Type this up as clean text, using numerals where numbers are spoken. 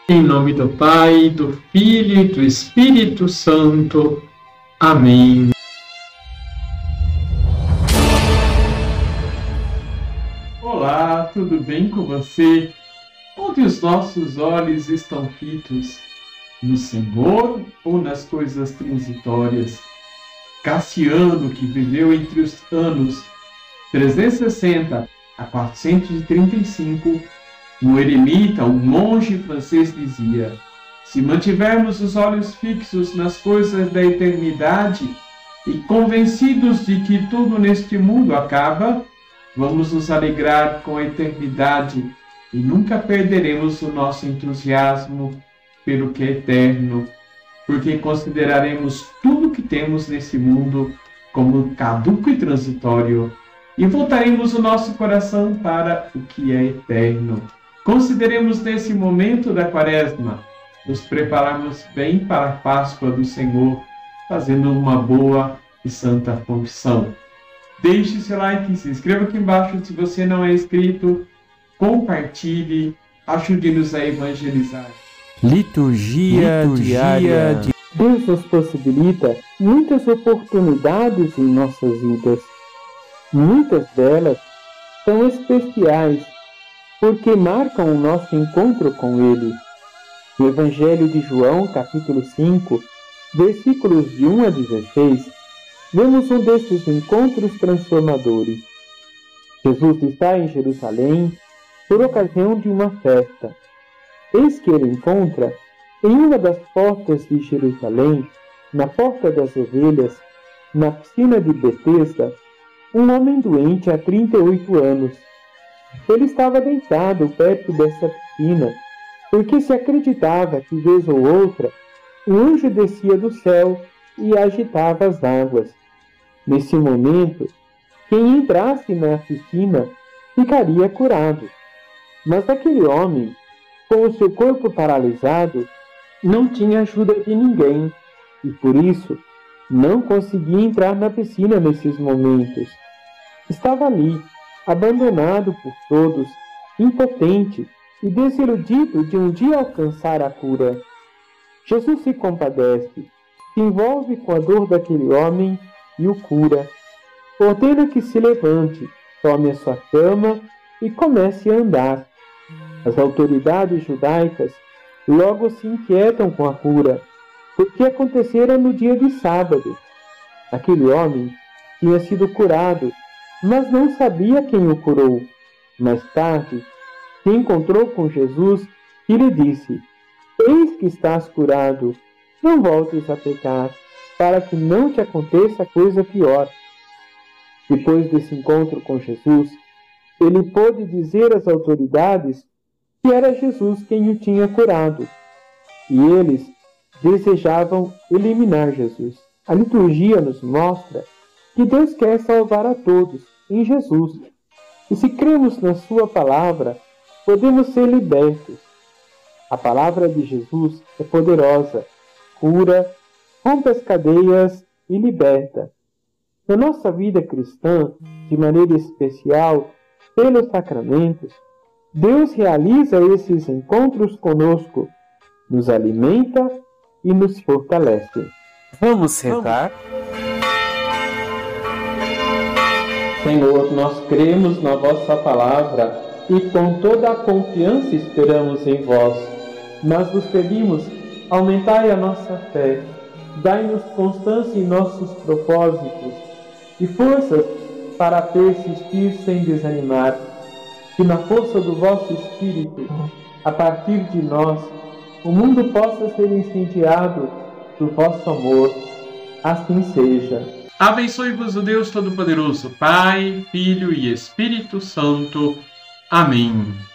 Em nome do Pai, do Filho e do Espírito Santo. Amém. Olá, tudo bem com você? Onde os nossos olhos estão fitos? No Senhor ou nas coisas transitórias? Cassiano, que viveu entre os anos 360 a 435, um eremita, um monge francês dizia: se mantivermos os olhos fixos nas coisas da eternidade e convencidos de que tudo neste mundo acaba, vamos nos alegrar com a eternidade e nunca perderemos o nosso entusiasmo pelo que é eterno, porque consideraremos tudo que temos nesse mundo como caduco e transitório e voltaremos o nosso coração para o que é eterno. Consideremos nesse momento da Quaresma nos prepararmos bem para a Páscoa do Senhor, fazendo uma boa e santa confissão. Deixe seu like, se inscreva aqui embaixo se você não é inscrito, compartilhe, ajude-nos a evangelizar. Liturgia diária. Deus nos possibilita muitas oportunidades em nossas vidas. Muitas delas são especiais, porque marcam o nosso encontro com Ele. No Evangelho de João, capítulo 5, versículos de 1 a 16, vemos um desses encontros transformadores. Jesus está em Jerusalém por ocasião de uma festa. Eis que ele encontra, em uma das portas de Jerusalém, na Porta das Ovelhas, na piscina de Betesda, um homem doente há 38 anos. Ele estava deitado perto dessa piscina, porque se acreditava que, vez ou outra, um anjo descia do céu e agitava as águas. Nesse momento, quem entrasse na piscina ficaria curado. Mas aquele homem, com o seu corpo paralisado, não tinha ajuda de ninguém e, por isso, não conseguia entrar na piscina nesses momentos. Estava ali, abandonado por todos, impotente e desiludido de um dia alcançar a cura. Jesus se compadece, se envolve com a dor daquele homem e o cura. Ordena que se levante, tome a sua cama e comece a andar. As autoridades judaicas logo se inquietam com a cura, porque acontecera no dia de sábado. Aquele homem tinha sido curado, mas não sabia quem o curou. Mais tarde, se encontrou com Jesus e lhe disse: eis que estás curado, não voltes a pecar, para que não te aconteça coisa pior. Depois desse encontro com Jesus, ele pôde dizer às autoridades que era Jesus quem o tinha curado, e eles desejavam eliminar Jesus. A liturgia nos mostra que Deus quer salvar a todos em Jesus, e se cremos na sua palavra, podemos ser libertos. A palavra de Jesus é poderosa, cura, rompe as cadeias e liberta. Na nossa vida cristã, de maneira especial, pelos sacramentos, Deus realiza esses encontros conosco, nos alimenta e nos fortalece. Vamos rezar? Senhor, nós cremos na vossa palavra e com toda a confiança esperamos em vós. Mas vos pedimos, aumentai a nossa fé, dai-nos constância em nossos propósitos e forças para persistir sem desanimar. Que na força do vosso Espírito, a partir de nós, o mundo possa ser incendiado do vosso amor. Assim seja. Abençoe-vos o Deus Todo-Poderoso, Pai, Filho e Espírito Santo. Amém.